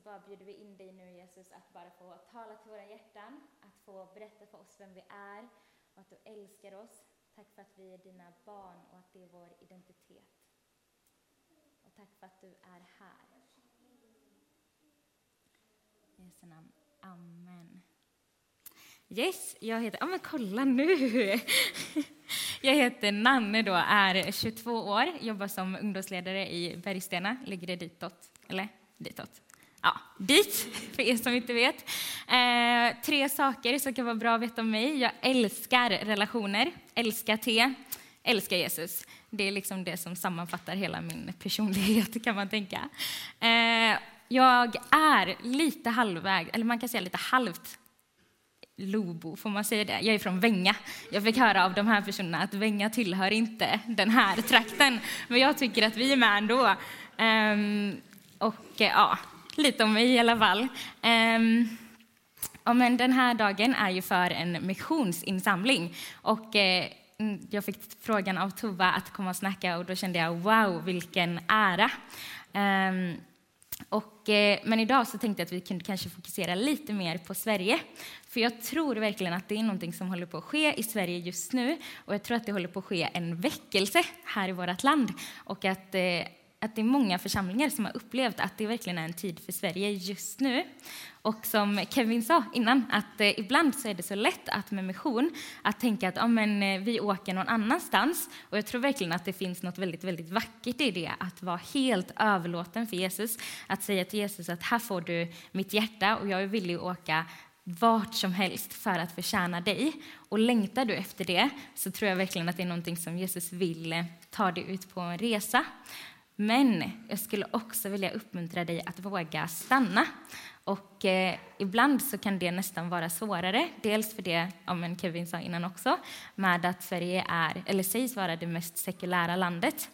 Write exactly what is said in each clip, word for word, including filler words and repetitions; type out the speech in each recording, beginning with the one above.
bara bjuder vi in dig nu, Jesus, att bara få tala till våra hjärtan, att få berätta för oss vem vi är och att du älskar oss. Tack för att vi är dina barn och att det är vår identitet. Och tack för att du är här. I Jesu namn. Amen. Yes, jag heter... Ja, men kolla nu! Jag heter Nanne då, är tjugotvå år, jobbar som ungdomsledare i Bergstena. Ligger det ditåt? Eller ditåt? Ja, dit, för er som inte vet. Eh, tre saker som kan vara bra att veta om mig. Jag älskar relationer, älskar te, älskar Jesus. Det är liksom det som sammanfattar hela min personlighet, kan man tänka. Eh, jag är lite halvväg, eller man kan säga lite halvt Lobo, får man säga det? Jag är från Vänga. Jag fick höra av de här personerna att Vänga tillhör inte den här trakten. Men jag tycker att vi är med ändå. Um, och ja, lite om mig i alla fall. Um, ja, men den här dagen är ju för en missionsinsamling. Och eh, jag fick frågan av Tova att komma och snacka. Och då kände jag, wow, vilken ära. Um, Och, eh, men idag så tänkte jag att vi kunde kanske fokusera lite mer på Sverige. För jag tror verkligen att det är någonting som håller på att ske i Sverige just nu. Och jag tror att det håller på att ske en väckelse här i vårt land. Och att, eh, att det är många församlingar som har upplevt att det verkligen är en tid för Sverige just nu. Och som Kevin sa innan, att eh, ibland så är det så lätt att med mission att tänka att ja, men, eh, vi åker någon annanstans. Och jag tror verkligen att det finns något väldigt, väldigt vackert i det. Att vara helt överlåten för Jesus. Att säga till Jesus att här får du mitt hjärta och jag är villig att åka vart som helst för att förtjäna dig. Och längtar du efter det så tror jag verkligen att det är någonting som Jesus vill eh, ta dig ut på en resa. Men jag skulle också vilja uppmuntra dig att våga stanna. Och eh, ibland så kan det nästan vara svårare. Dels för det, ja, men Kevin sa innan också, med att Sverige är, eller sägs vara det mest sekulära landet.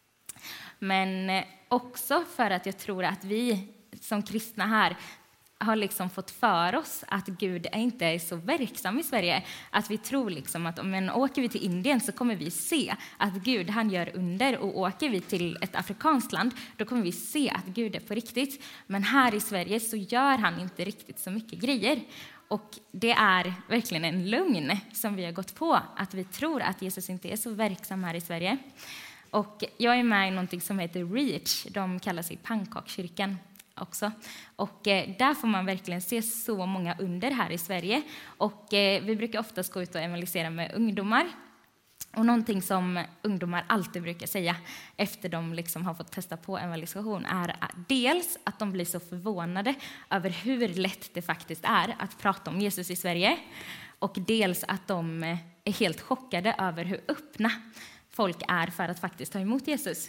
Men eh, också för att jag tror att vi som kristna här har liksom fått för oss att Gud inte är så verksam i Sverige. Att vi tror liksom att om åker vi till Indien så kommer vi se att Gud han gör under. Och åker vi till ett afrikanskt land då kommer vi se att Gud är på riktigt. Men här i Sverige så gör han inte riktigt så mycket grejer. Och det är verkligen en lögn som vi har gått på. Att vi tror att Jesus inte är så verksam här i Sverige. Och jag är med i någonting som heter Reach. De kallar sig Pannkakskyrkan också. Och eh, där får man verkligen se så många under här i Sverige. Och eh, vi brukar oftast gå ut och evangelisera med ungdomar. Och någonting som ungdomar alltid brukar säga efter de liksom har fått testa på evangelisation är dels att de blir så förvånade över hur lätt det faktiskt är att prata om Jesus i Sverige. Och dels att de är helt chockade över hur öppna folk är för att faktiskt ta emot Jesus.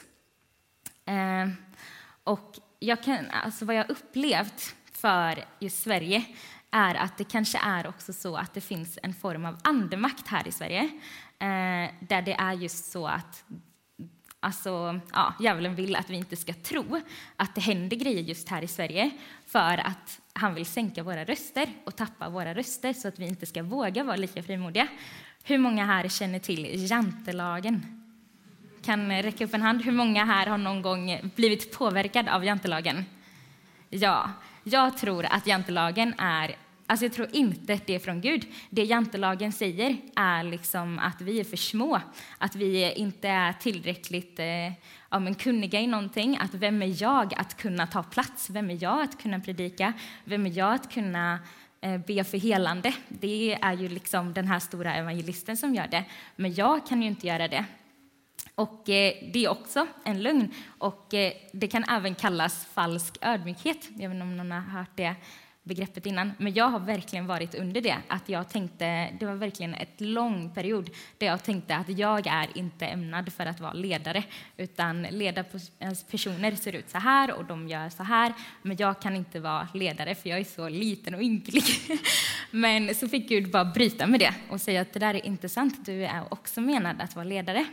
Eh, och Jag kan, alltså vad jag upplevt för just Sverige är att det kanske är också så att det finns en form av andemakt här i Sverige. Eh, där det är just så att alltså, ja, djävulen vill att vi inte ska tro att det händer grejer just här i Sverige. För att han vill sänka våra röster och tappa våra röster så att vi inte ska våga vara lika frimodiga. Hur många här känner till jantelagen? Kan räcka upp en hand. Hur många här har någon gång blivit påverkad av jantelagen? Ja, jag tror att jantelagen är... Alltså jag tror inte det är från Gud. Det jantelagen säger är liksom att vi är för små. Att vi inte är tillräckligt eh, ja, men kunniga i någonting. Att vem är jag att kunna ta plats? Vem är jag att kunna predika? Vem är jag att kunna eh, be för helande? Det är ju liksom den här stora evangelisten som gör det. Men jag kan ju inte göra det. Och eh, det är också en lögn. Och eh, det kan även kallas falsk ödmjukhet. Jag vet inte om någon har hört det begreppet innan. Men jag har verkligen varit under det. Att jag tänkte, det var verkligen ett lång period där jag tänkte att jag är inte ämnad för att vara ledare. Utan ledarpersoner ser ut så här och de gör så här. Men jag kan inte vara ledare för jag är så liten och ynklig. Men så fick Gud bara bryta med det och säga att det där är inte sant. Du är också menad att vara ledare.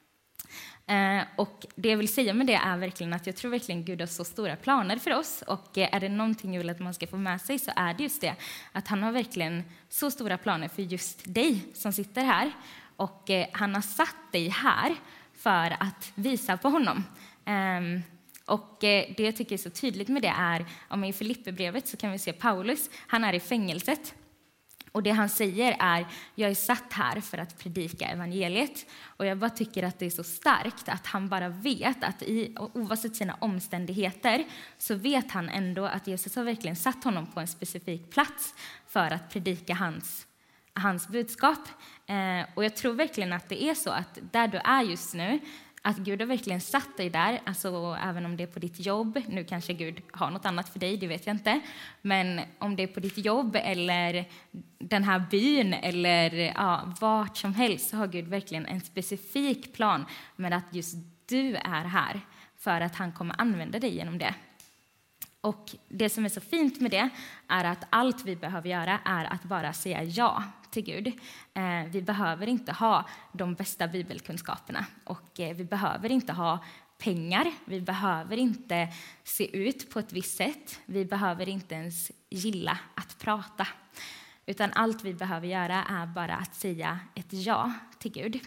Eh, och det jag vill säga med det är verkligen att jag tror verkligen Gud har så stora planer för oss. Och eh, är det någonting jag vill att man ska få med sig så är det just det. Att han har verkligen så stora planer för just dig som sitter här. Och eh, han har satt dig här för att visa på honom. Eh, Och eh, det jag tycker är så tydligt med det är, om i Filipperbrevet så kan vi se Paulus, han är i fängelset. Och det han säger är, jag är satt här för att predika evangeliet. Och jag bara tycker att det är så starkt att han bara vet att i, oavsett sina omständigheter så vet han ändå att Jesus har verkligen satt honom på en specifik plats för att predika hans, hans budskap. Eh, och jag tror verkligen att det är så att där du är just nu, att Gud har verkligen satt dig där, alltså även om det är på ditt jobb. Nu kanske Gud har något annat för dig, det vet jag inte. Men om det är på ditt jobb eller den här byn eller ja, vart som helst så har Gud verkligen en specifik plan med att just du är här för att han kommer använda dig genom det. Och det som är så fint med det är att allt vi behöver göra är att bara säga ja till Gud. Eh, vi behöver inte ha de bästa bibelkunskaperna och eh, vi behöver inte ha pengar. Vi behöver inte se ut på ett visst sätt. Vi behöver inte ens gilla att prata. Utan allt vi behöver göra är bara att säga ett ja till Gud.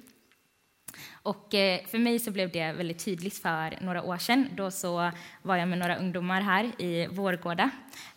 Och för mig så blev det väldigt tydligt för några år sedan. Då så var jag med några ungdomar här i Vårgårda.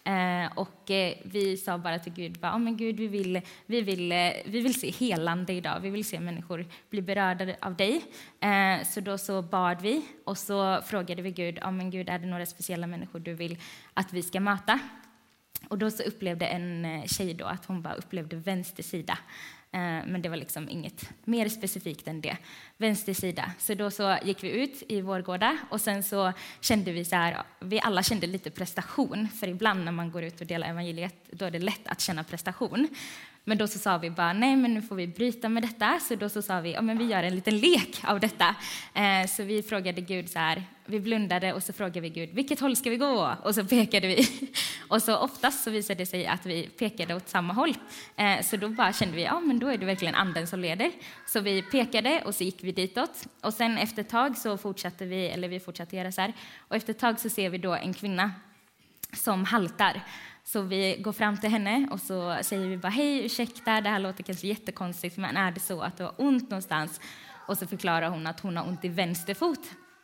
Och vi sa bara till Gud, ja, men Gud, vi vill, vi, vill, vi vill se helande idag. Vi vill se människor bli berörda av dig. Så då så bad vi och så frågade vi Gud, ja, men Gud, är det några speciella människor du vill att vi ska möta? Och då så upplevde en tjej då att hon bara upplevde vänster sida. Men det var liksom inget mer specifikt än det. Vänster sida. Så då så gick vi ut i Vårgårda och sen så kände vi så här, vi alla kände lite prestation. För ibland när man går ut och delar evangeliet, då är det lätt att känna prestation. Men då så sa vi bara, nej men nu får vi bryta med detta. Så då så sa vi, ja men vi gör en liten lek av detta. Eh, så vi frågade Gud så här, vi blundade och så frågade vi Gud, vilket håll ska vi gå? Och så pekade vi. Och så oftast så visade det sig att vi pekade åt samma håll. Eh, så då bara kände vi, ja men då är det verkligen anden som leder. Så vi pekade och så gick vi ditåt. Och sen efter ett tag så fortsatte vi, eller vi fortsatte göra så här. Och efter ett tag så ser vi då en kvinna som haltar. Så vi går fram till henne och så säger vi bara, hej, ursäkta, det här låter kanske jättekonstigt, men är det så att du har ont någonstans? Och så förklarar hon att hon har ont i vänster fot.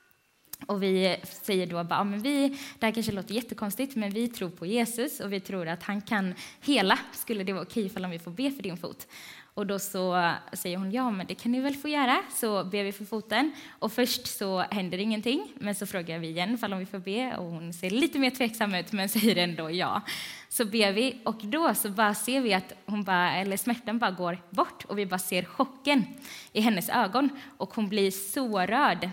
Och vi säger då bara, men vi, det här kanske låter jättekonstigt, men vi tror på Jesus och vi tror att han kan hela. Skulle det vara okej ifall vi får be för din fot? Och då så säger hon, ja men det kan ni väl få göra. Så ber vi för foten. Och först så händer ingenting. Men så frågar vi igen ifall vi får be. Och hon ser lite mer tveksam ut men säger ändå ja. Så ber vi och då så bara ser vi att hon bara, eller smärtan bara går bort. Och vi bara ser chocken i hennes ögon. Och hon blir så rörd.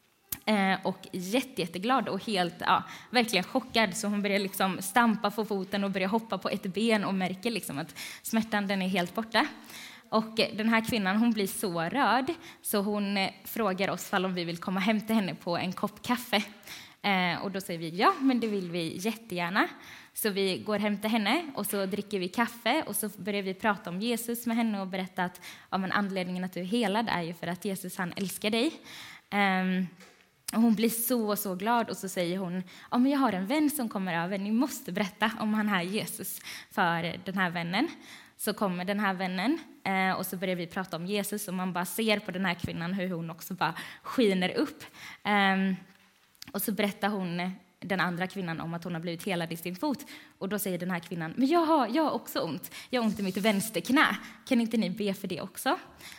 Och jätte, jätteglad och helt, ja, verkligen chockad. Så hon börjar liksom stampa på foten och börjar hoppa på ett ben och märker liksom att smärtan den är helt borta. Och den här kvinnan, hon blir så rörd så hon frågar oss om vi vill komma hem till henne på en kopp kaffe. Eh, och då säger vi ja, men det vill vi jättegärna. Så vi går hem till henne och så dricker vi kaffe och så börjar vi prata om Jesus med henne och berätta att ja, men anledningen att du är helad är ju för att Jesus han älskar dig. Eh, Och hon blir så, så glad och så säger hon, ja, men jag har en vän som kommer över, ni måste berätta om han här Jesus för den här vännen. Så kommer den här vännen eh, och så börjar vi prata om Jesus och man bara ser på den här kvinnan hur hon också bara skiner upp. Eh, och så berättar hon den andra kvinnan om att hon har blivit helad i sin fot. Och då säger den här kvinnan, men jag har, jag har också ont, jag har ont i mitt vänsterknä, kan inte ni be för det också?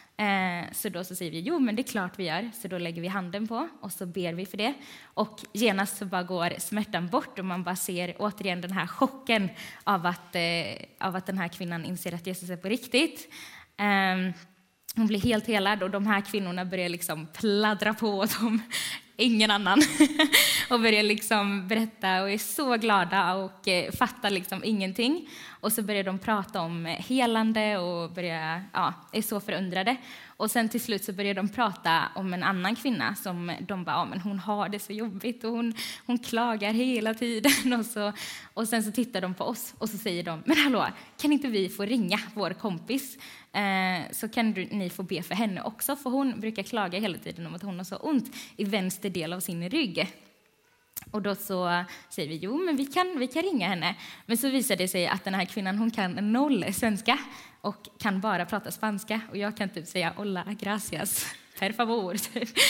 Så då så säger vi, jo men det är klart vi gör. Så då lägger vi handen på och så ber vi för det. Och genast så bara går smärtan bort och man bara ser återigen den här chocken av att, eh, av att den här kvinnan inser att Jesus är på riktigt. Um, hon blir helt helad och de här kvinnorna börjar liksom pladdra på som ingen annan. Och börjar liksom berätta och är så glada och eh, fattar liksom ingenting. Och så börjar de prata om helande och börjar, ja, är så förundrade. Och sen till slut så börjar de prata om en annan kvinna som de bara, ja, men hon har det så jobbigt och hon, hon klagar hela tiden. Och, så, och sen så tittar de på oss och så säger de, men hallå, kan inte vi få ringa vår kompis? Eh, så kan du, ni få be för henne också. För hon brukar klaga hela tiden om att hon har så ont i vänster del av sin rygg. Och då så säger vi, jo men vi kan, vi kan ringa henne. Men så visar det sig att den här kvinnan, hon kan noll svenska och kan bara prata spanska. Och jag kan typ säga, hola, gracias, per favor,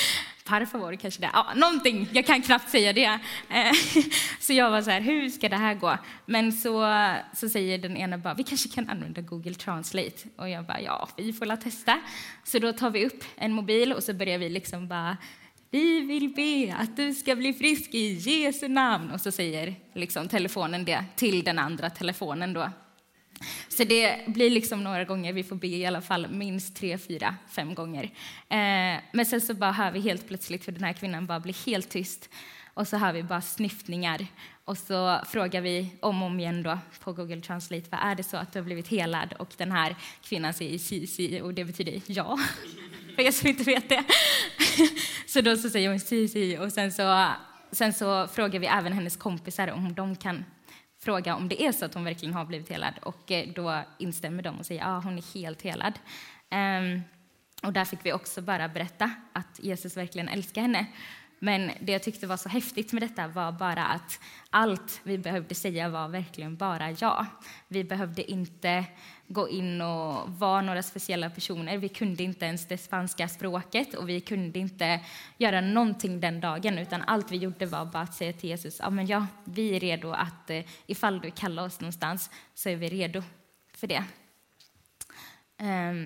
par favor kanske det. Ja, någonting, jag kan knappt säga det. Så jag var så här, hur ska det här gå? Men så, så säger den ena bara, vi kanske kan använda Google Translate. Och jag bara, ja, vi får la testa. Så då tar vi upp en mobil och så börjar vi liksom bara, vi vill be att du ska bli frisk i Jesu namn. Och så säger liksom telefonen det till den andra telefonen då. Så det blir liksom några gånger, vi får be i alla fall minst tre, fyra, fem gånger. Eh, men sen så bara hör vi helt plötsligt för den här kvinnan bara blir helt tyst. Och så hör vi bara snyftningar. Och så frågar vi om och om igen då på Google Translate, vad är det så att du har blivit helad? Och den här kvinnan säger si, si, och det betyder ja. För jag som inte vet det. Så då så säger hon si, si. Och sen så, sen så frågar vi även hennes kompisar om de kan fråga om det är så att hon verkligen har blivit helad. Och då instämmer de och säger ja, hon är helt helad. Um, och där fick vi också bara berätta att Jesus verkligen älskar henne. Men det jag tyckte var så häftigt med detta var bara att allt vi behövde säga var verkligen bara ja. Vi behövde inte gå in och vara några speciella personer. Vi kunde inte ens det spanska språket och vi kunde inte göra någonting den dagen. Utan allt vi gjorde var bara att säga till Jesus, ja men ja, vi är redo att ifall du kallar oss någonstans så är vi redo för det. Um,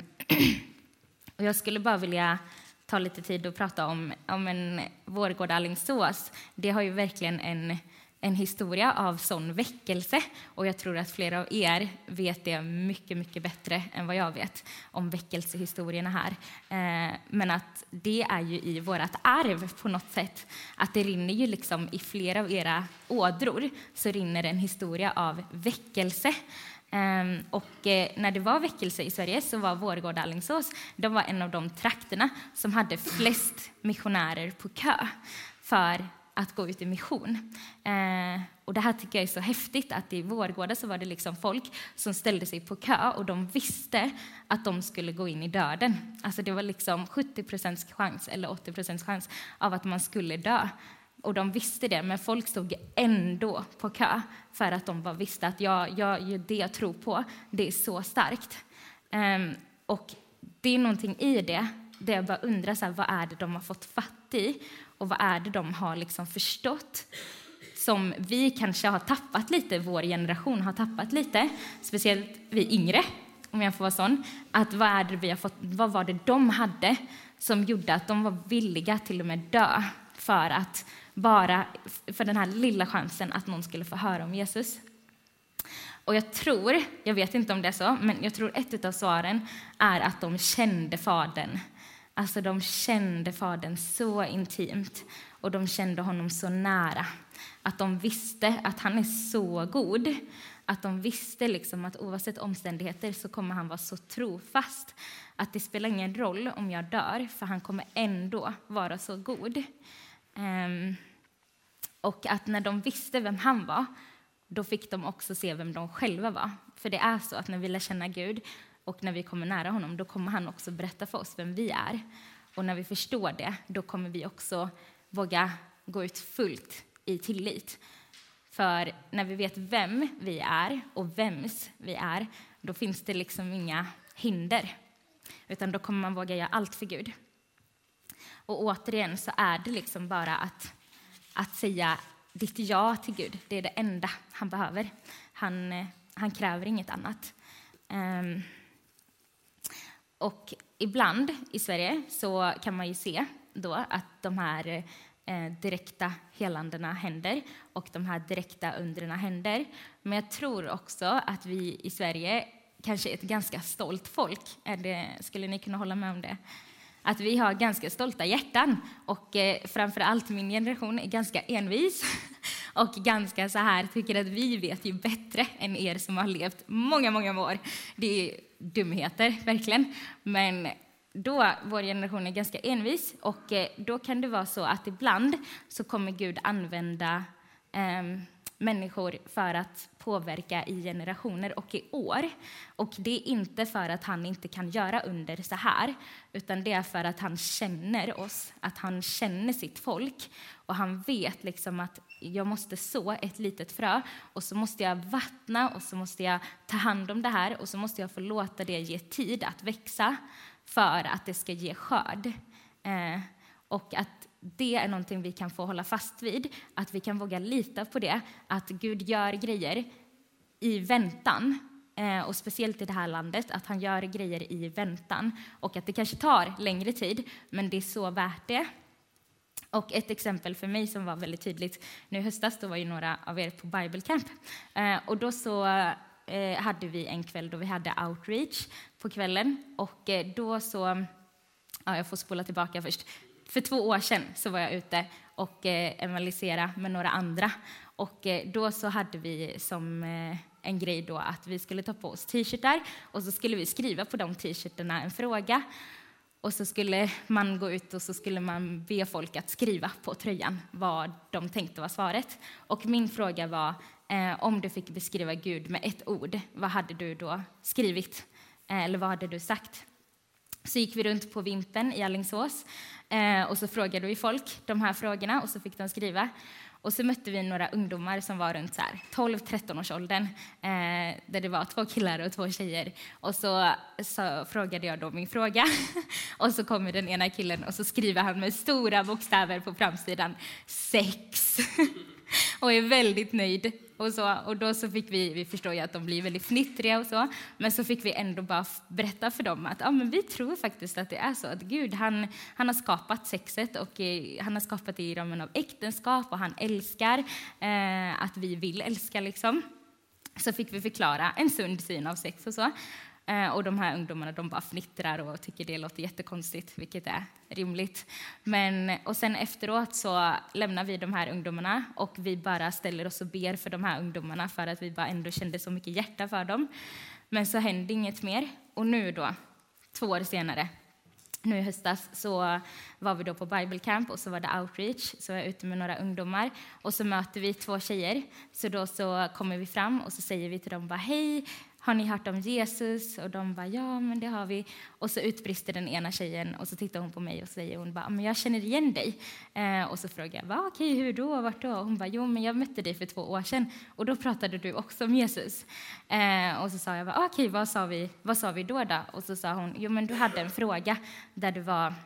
och jag skulle bara vilja ta lite tid och prata om, om en Vårgårda Alingsås. Det har ju verkligen en, en historia av sån väckelse. Och jag tror att flera av er vet det mycket, mycket bättre än vad jag vet om väckelsehistorierna här. Eh, men att det är ju i vårat arv på något sätt. Att det rinner ju liksom i flera av era ådror så rinner en historia av väckelse. Um, och uh, när det var väckelse i Sverige så var Vårgårda Alingsås, de var en av de trakterna som hade flest missionärer på kö för att gå ut i mission. Uh, och det här tycker jag är så häftigt att i Vårgårda så var det liksom folk som ställde sig på kö och de visste att de skulle gå in i döden. Alltså det var liksom sjuttio procents chans eller åttio procents chans av att man skulle dö. Och de visste det, men folk stod ändå på kö för att de bara visste att jag, jag, det jag tror på, det är så starkt. Um, och det är någonting i det, där jag bara undrar så här, vad är det de har fått fatt i? Och vad är det de har liksom förstått? Som vi kanske har tappat lite, vår generation har tappat lite, speciellt vi yngre, om jag får vara sån. Att vad, är det vi har fått, vad var det de hade som gjorde att de var villiga till och med dö för att bara för den här lilla chansen att någon skulle få höra om Jesus. Och jag tror, jag vet inte om det är så, men jag tror ett av svaren är att de kände fadern. Alltså de kände fadern så intimt och de kände honom så nära. Att de visste att han är så god. Att de visste liksom att oavsett omständigheter så kommer han vara så trofast. Att det spelar ingen roll om jag dör, för han kommer ändå vara så god. Um, och att när de visste vem han var, då fick de också se vem de själva var. För det är så att när vi lär känna Gud och när vi kommer nära honom, då kommer han också berätta för oss vem vi är. Och när vi förstår det, då kommer vi också våga gå ut fullt i tillit. För när vi vet vem vi är och vems vi är, då finns det liksom inga hinder. Utan då kommer man våga göra allt för Gud. Och återigen så är det liksom bara att, att säga ditt ja till Gud. Det är det enda han behöver. Han, han kräver inget annat. Um, och ibland i Sverige så kan man ju se då att de här eh, direkta helandena händer och de här direkta undrena händer. Men jag tror också att vi i Sverige kanske är ett ganska stolt folk. Är det, skulle ni kunna hålla med om det? Att vi har ganska stolta hjärtan och eh, framförallt min generation är ganska envis och ganska så här tycker att vi vet ju bättre än er som har levt många, många år. Det är dumheter, verkligen. Men då, vår generation är ganska envis och eh, då kan det vara så att ibland så kommer Gud använda eh, människor för att påverka i generationer och i år. Och det är inte för att han inte kan göra under så här, utan det är för att han känner oss, att han känner sitt folk. Och han vet liksom att jag måste så ett litet frö och så måste jag vattna och så måste jag ta hand om det här och så måste jag få låta det ge tid att växa för att det ska ge skörd. Eh, och att det är någonting vi kan få hålla fast vid. Att vi kan våga lita på det. Att Gud gör grejer i väntan. Eh, och speciellt i det här landet. Att han gör grejer i väntan. Och att det kanske tar längre tid. Men det är så värt det. Och ett exempel för mig som var väldigt tydligt. Nu i höstas då var ju några av er på Bible Camp. Eh, och då så eh, hade vi en kväll då vi hade outreach på kvällen. Och eh, då så... Ja, jag får spola tillbaka först. För två år sedan så var jag ute och eh, evangeliserade med några andra. Och eh, då så hade vi som eh, en grej då att vi skulle ta på oss t-shirtar. Och så skulle vi skriva på de t-shirtarna en fråga. Och så skulle man gå ut och så skulle man be folk att skriva på tröjan vad de tänkte var svaret. Och min fråga var, eh, om du fick beskriva Gud med ett ord, vad hade du då skrivit? Eh, eller vad hade du sagt? Så gick vi runt på vintern i Alingsås eh, och så frågade vi folk de här frågorna och så fick de skriva. Och så mötte vi några ungdomar som var runt så här tolv tretton års åldern eh, där det var två killar och två tjejer. Och så, så frågade jag då min fråga och så kommer den ena killen och så skriver han med stora bokstäver på framsidan sex. Och är väldigt nöjd. Och, så, och då så fick vi, vi förstår ju att de blir väldigt fnittriga och så. Men så fick vi ändå bara berätta för dem att ja, men vi tror faktiskt att det är så. Att Gud, han, han har skapat sexet och eh, han har skapat det i ramen av äktenskap. Och han älskar eh, att vi vill älska liksom. Så fick vi förklara en sund syn av sex och så. Och de här ungdomarna de bara fnittrar och tycker det låter jättekonstigt, vilket är rimligt. Men, och sen efteråt så lämnar vi de här ungdomarna och vi bara ställer oss och ber för de här ungdomarna för att vi bara ändå kände så mycket hjärta för dem. Men så hände inget mer. Och nu då, två år senare, nu i höstas så var vi då på Bible Camp och så var det outreach. Så jag är ute med några ungdomar och så möter vi två tjejer. Så då så kommer vi fram och så säger vi till dem bara hej. Har ni hört om Jesus? Och de bara, ja men det har vi. Och så utbrister den ena tjejen och så tittar hon på mig och säger hon bara, men jag känner igen dig. Eh, och så frågar jag, va okej hur då, vart då? Och hon bara, jo men jag mötte dig för två år sedan. Och då pratade du också om Jesus. Eh, och så sa jag, bara, okej vad sa vi, vad sa vi då då? Och så sa hon, jo men du hade en fråga där du var,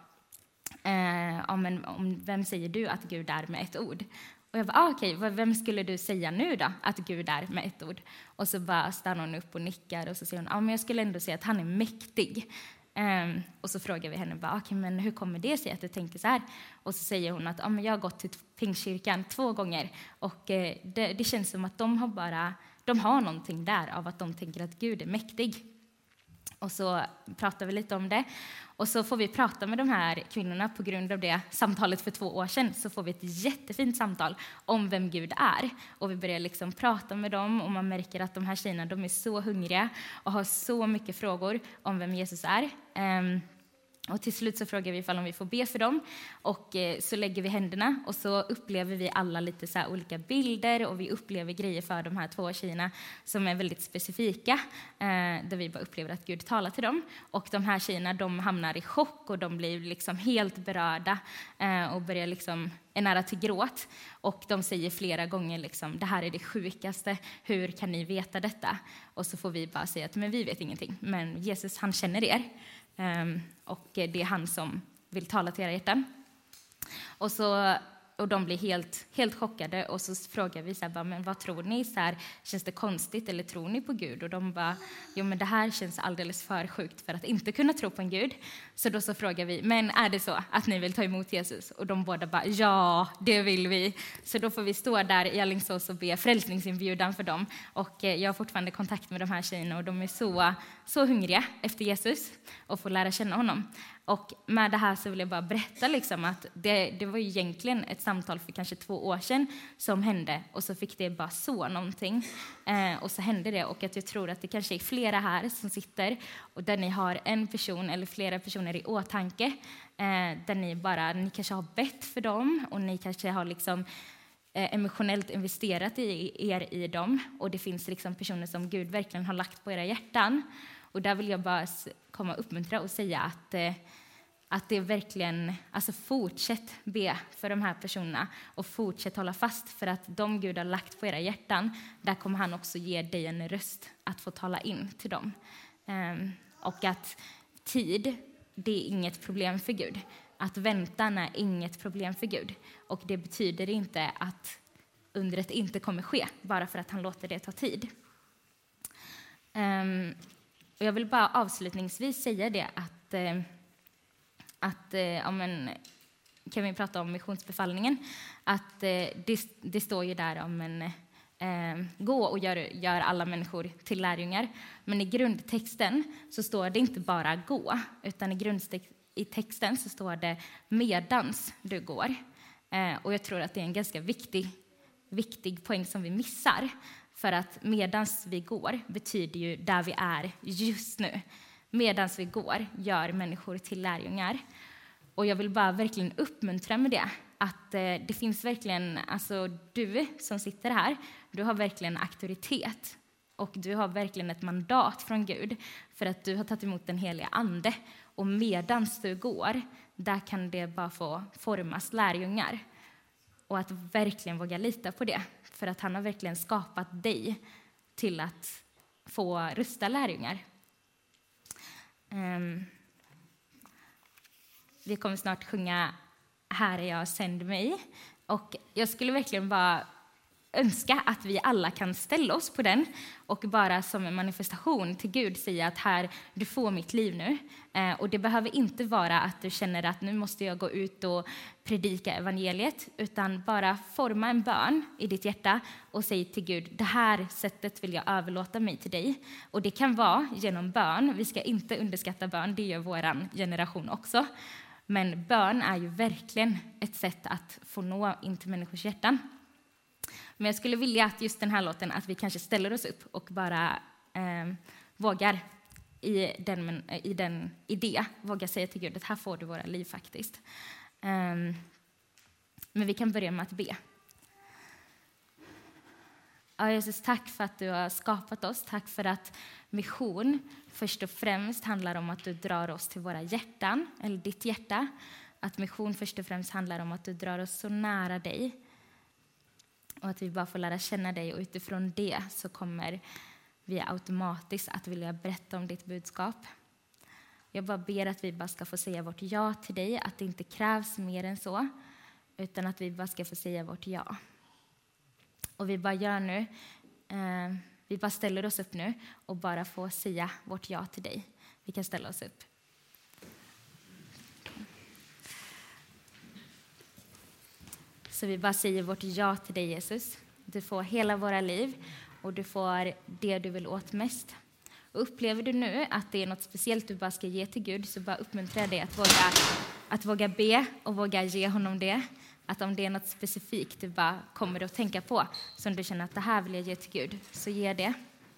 eh, om, en, om vem säger du att Gud är med ett ord? Och jag bara, ah, okej, okay, vem skulle du säga nu då att Gud är med ett ord? Och så bara stannar hon upp och nickar och så säger hon, ja ah, men jag skulle ändå säga att han är mäktig. Um, och så frågar vi henne, bara, okej, okay, men hur kommer det sig att du tänker så här? Och så säger hon att ah, men jag har gått till Pingstkyrkan två gånger och eh, det, det känns som att de har bara, de har någonting där av att de tänker att Gud är mäktig. Och så pratar vi lite om det. Och så får vi prata med de här kvinnorna på grund av det samtalet för två år sedan. Så får vi ett jättefint samtal om vem Gud är. Och vi börjar liksom prata med dem och man märker att de här tjejerna de är så hungriga och har så mycket frågor om vem Jesus är. Um, Och till slut så frågar vi ifall om vi får be för dem. Och eh, så lägger vi händerna och så upplever vi alla lite så här olika bilder. Och vi upplever grejer för de här två tjejerna som är väldigt specifika. Eh, där vi bara upplever att Gud talar till dem. Och de här tjejerna de hamnar i chock och de blir liksom helt berörda. Eh, och börjar liksom, är nära till gråt. Och de säger flera gånger liksom, det här är det sjukaste. Hur kan ni veta detta? Och så får vi bara säga att men vi vet ingenting. Men Jesus han känner er. Um, och det är han som vill tala till era hjärtan. Och, så, och de blir helt, helt chockade. Och så frågar vi så här, bara, men vad tror ni? Så här, känns det konstigt eller tror ni på Gud? Och de bara, jo men det här känns alldeles för sjukt för att inte kunna tro på en Gud. Så då så frågar vi, men är det så att ni vill ta emot Jesus? Och de båda bara, ja det vill vi. Så då får vi stå där i Alingsås och be frälsningsinbjudan för dem. Och jag har fortfarande kontakt med de här tjejerna och de är så, så hungriga efter Jesus och får lära känna honom. Och med det här så vill jag bara berätta liksom att det, det var ju egentligen ett samtal för kanske två år sedan som hände. Och så fick det bara så någonting. Eh, och så hände det. Och att jag tror att det kanske är flera här som sitter. Och där ni har en person eller flera personer i åtanke. Eh, där ni bara, ni kanske har bett för dem. Och ni kanske har liksom eh, emotionellt investerat i er i dem. Och det finns liksom personer som Gud verkligen har lagt på era hjärtan. Och där vill jag bara komma och uppmuntra och säga att, eh, att det är verkligen, alltså fortsätt be för de här personerna och fortsätt hålla fast för att de Gud har lagt på era hjärtan, där kommer han också ge dig en röst att få tala in till dem. Um, och att tid, det är inget problem för Gud. att väntan är inget problem för Gud. Och det betyder inte att undret inte kommer ske, bara för att han låter det ta tid. Um, och jag vill bara avslutningsvis säga det att, uh, att uh, om en, kan vi prata om missionsbefallningen, att uh, det, det står ju där om en uh, gå och gör, gör alla människor till lärjungar. Men i grundtexten så står det inte bara gå, utan i grundtexten i texten så står det medans du går. Uh, och jag tror att det är en ganska viktig viktig poäng som vi missar. För att medans vi går betyder ju där vi är just nu. Medans vi går gör människor till lärjungar. Och jag vill bara verkligen uppmuntra med det. Att eh, det finns verkligen, alltså du som sitter här, du har verkligen auktoritet. Och du har verkligen ett mandat från Gud för att du har tagit emot den heliga ande. Och medans du går, där kan det bara få formas lärjungar. Och att verkligen våga lita på det. För att han har verkligen skapat dig till att få rusta lärjungar. Um, vi kommer snart sjunga Här är jag, sänd mig. Och jag skulle verkligen bara önska att vi alla kan ställa oss på den. Och bara som en manifestation till Gud säga att här, du får mitt liv nu. Eh, och det behöver inte vara att du känner att nu måste jag gå ut och predika evangeliet. Utan bara forma en bön i ditt hjärta och säg till Gud, det här sättet vill jag överlåta mig till dig. Och det kan vara genom bön. Vi ska inte underskatta bön, det gör vår generation också. Men bön är ju verkligen ett sätt att få nå in till människors hjärtan. Men jag skulle vilja att just den här låten, att vi kanske ställer oss upp och bara eh, vågar i den, i den idé, vågar säga till Gud att här får du våra liv faktiskt. Eh, men vi kan börja med att be. Ja, Jesus, tack för att du har skapat oss. Tack för att mission först och främst handlar om att du drar oss till våra hjärtan, eller ditt hjärta. Att mission först och främst handlar om att du drar oss så nära dig. Och att vi bara får lära känna dig, och utifrån det så kommer vi automatiskt att vilja berätta om ditt budskap. Jag bara ber att vi bara ska få säga vårt ja till dig, att det inte krävs mer än så, utan att vi bara ska få säga vårt ja. Och vi bara gör nu, eh, vi bara ställer oss upp nu och bara får säga vårt ja till dig. Vi kan ställa oss upp. Så vi bara säger vårt ja till dig, Jesus. Du får hela våra liv och du får det du vill åt mest. Och upplever du nu att det är något speciellt du bara ska ge till Gud, så bara uppmuntrar jag dig att våga, att våga be och våga ge honom det. Att om det är något specifikt du bara kommer att tänka på, som du känner att det här vill jag ge till Gud, så ge det.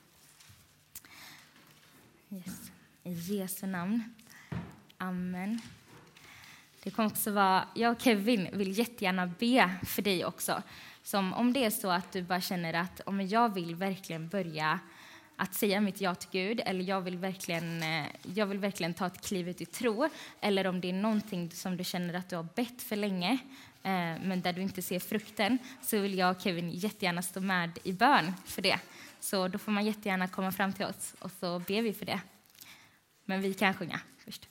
Yes. I Jesu namn. Amen. Det kommer också vara, jag och Kevin vill jättegärna be för dig också. Som om det är så att du bara känner att om jag vill verkligen börja att säga mitt ja till Gud, eller jag vill verkligen, jag vill verkligen ta ett kliv ut i tro, eller om det är någonting som du känner att du har bett för länge, men där du inte ser frukten, så vill jag och Kevin jättegärna stå med i bön för det. Så då får man jättegärna komma fram till oss och så ber vi för det. Men vi kan sjunga först.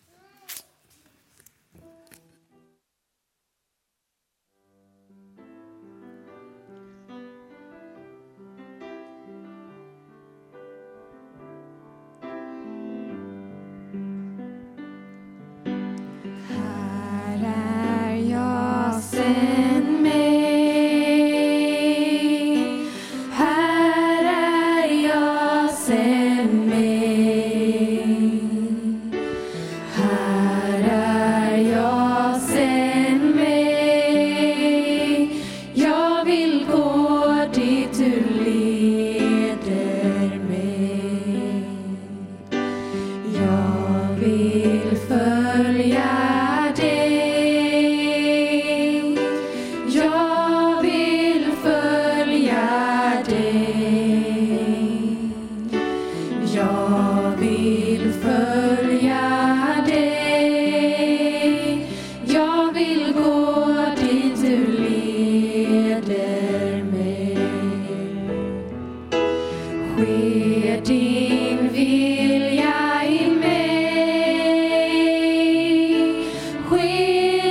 Ske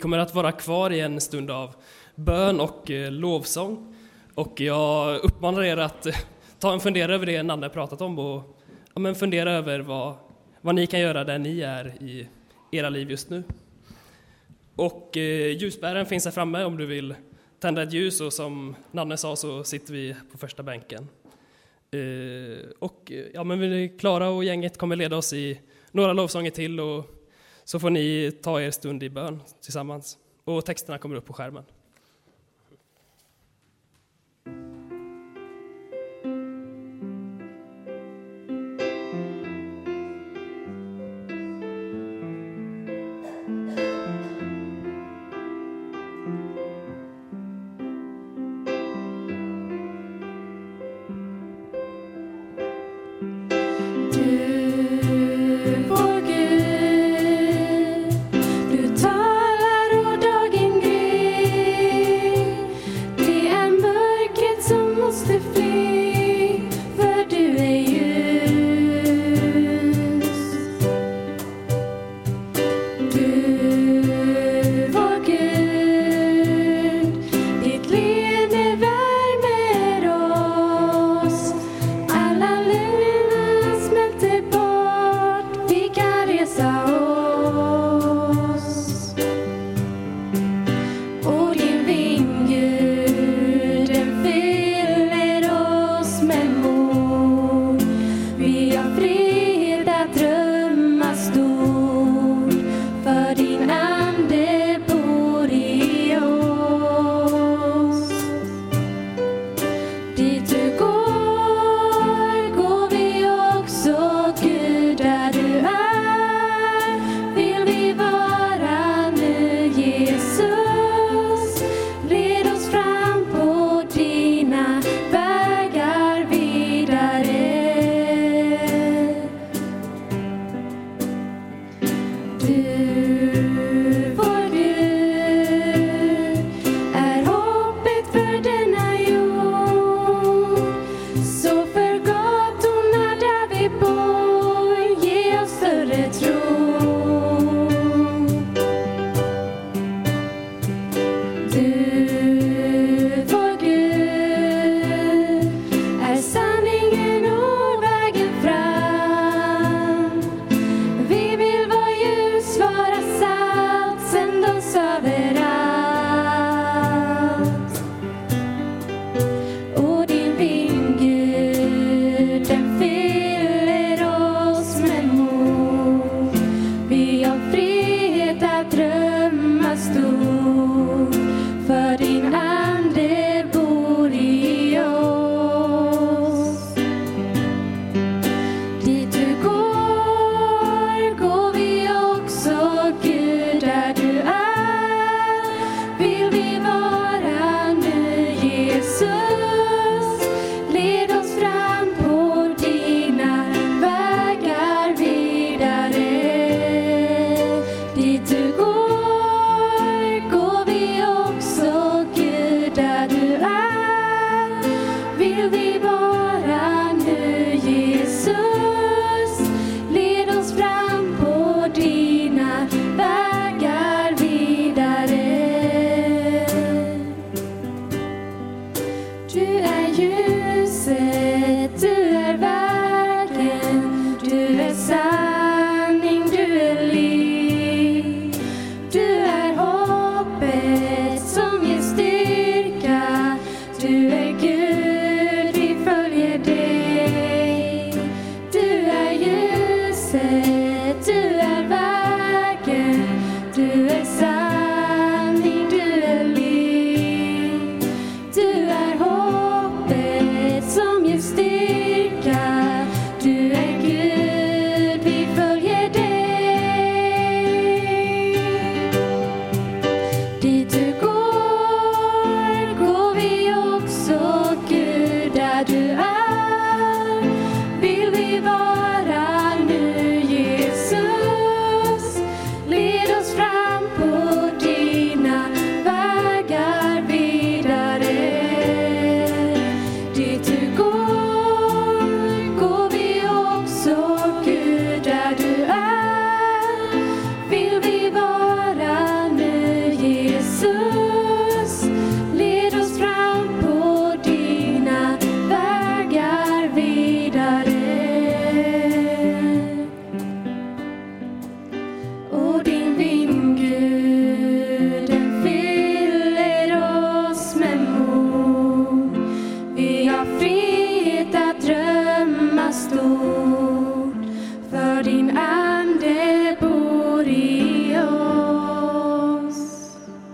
kommer att vara kvar i en stund av bön och eh, lovsång. Och jag uppmanar er att eh, ta en fundera över det Nanne pratat om och ja, men fundera över vad, vad ni kan göra där ni är i era liv just nu. Och eh, ljusbären finns här framme om du vill tända ett ljus, och som Nanne sa så sitter vi på första bänken. Eh, och ja, men Klara och gänget kommer leda oss i några lovsånger till, och så får ni ta er stund i bön tillsammans. Och texterna kommer upp på skärmen. Du talar och dagen gryr. Jesus, led oss fram på dina vägar vidare. Och din vind, Gud, den fyller oss med mod. Vi har frihet att drömma stort, för din ande bor i oss.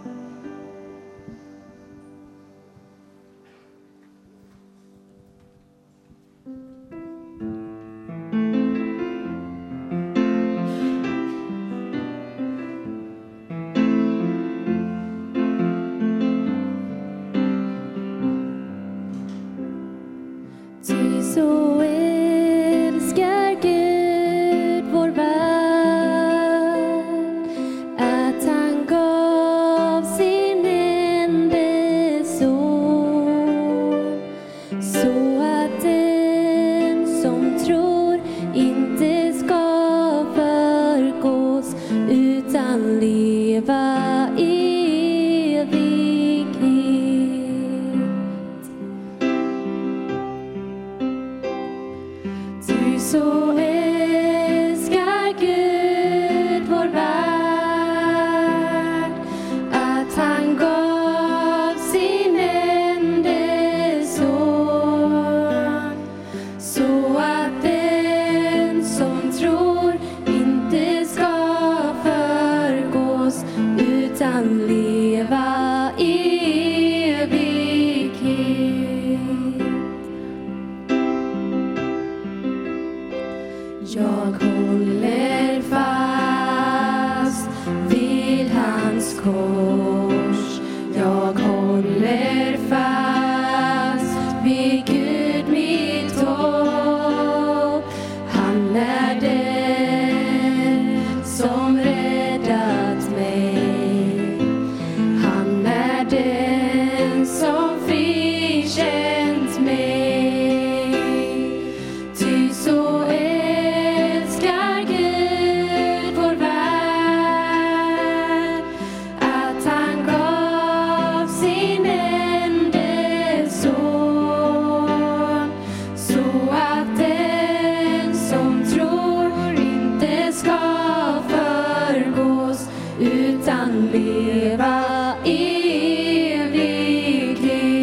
Ty så älskar Gud vår värld, att han gav sin enda son, så att den som tror inte ska förgås, utan leva i evighet. Ty så älskar Gud vår värld, att han gav sin enda son, så att den som tror inte ska förgås, utan leva i evighet. Jag håller fast vid hans kors. Jag håller fast vid Gud mitt hopp. Han är den som räddat mig. Han är den som frikänt mig. Ty så älskar Gud vår värld, att han gav sin enda son, så att den som tror inte ska förgås, utan leva i evighet.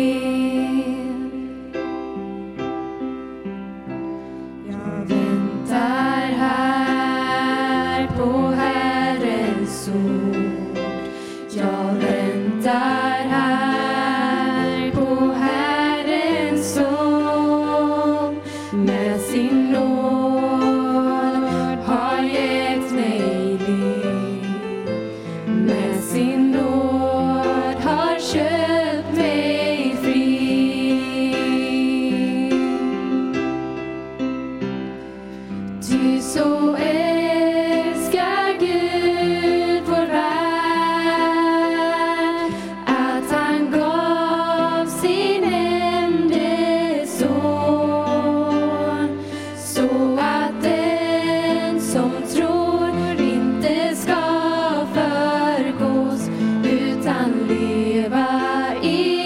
Jag väntar här på Herrens ord. Jag väntar här på Herrens sång. Med sin nåd har gett mig liv. Med sin nåd har köpt mig fri. Ty så älskar Gud vår värld, att han gav sin enda son, så att den som tror inte ska förgås, utan leva i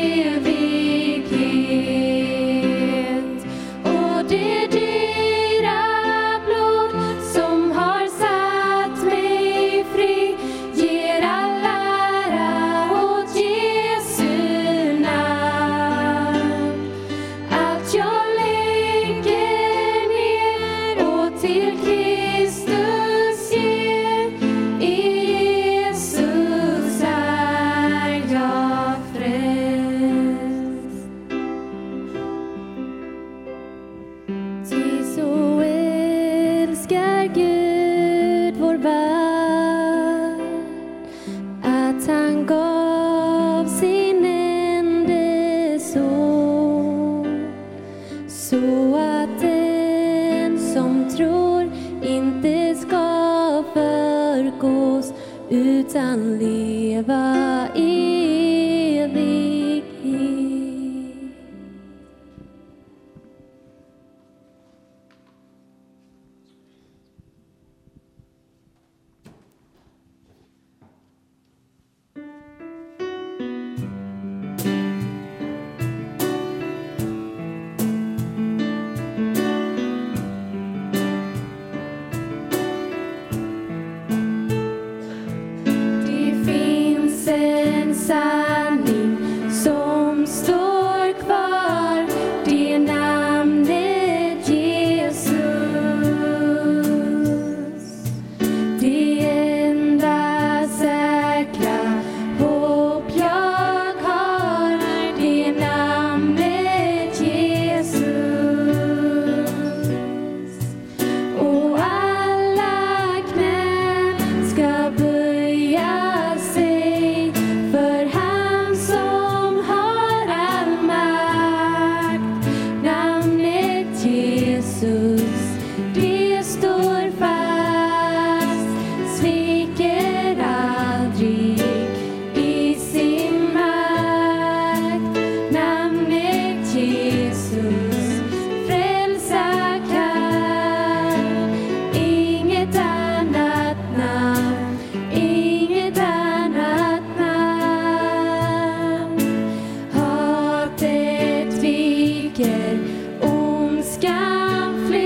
evighet. Och det dyra blod som har satt mig fri ger all ära åt Jesu namn. Allt jag lägger ner och till Kristus ger, i Jesus är jag frälst. Ty så älskar Gud vår värld, att han gav sin enda son, så att den som tror inte ska förgås, utan leva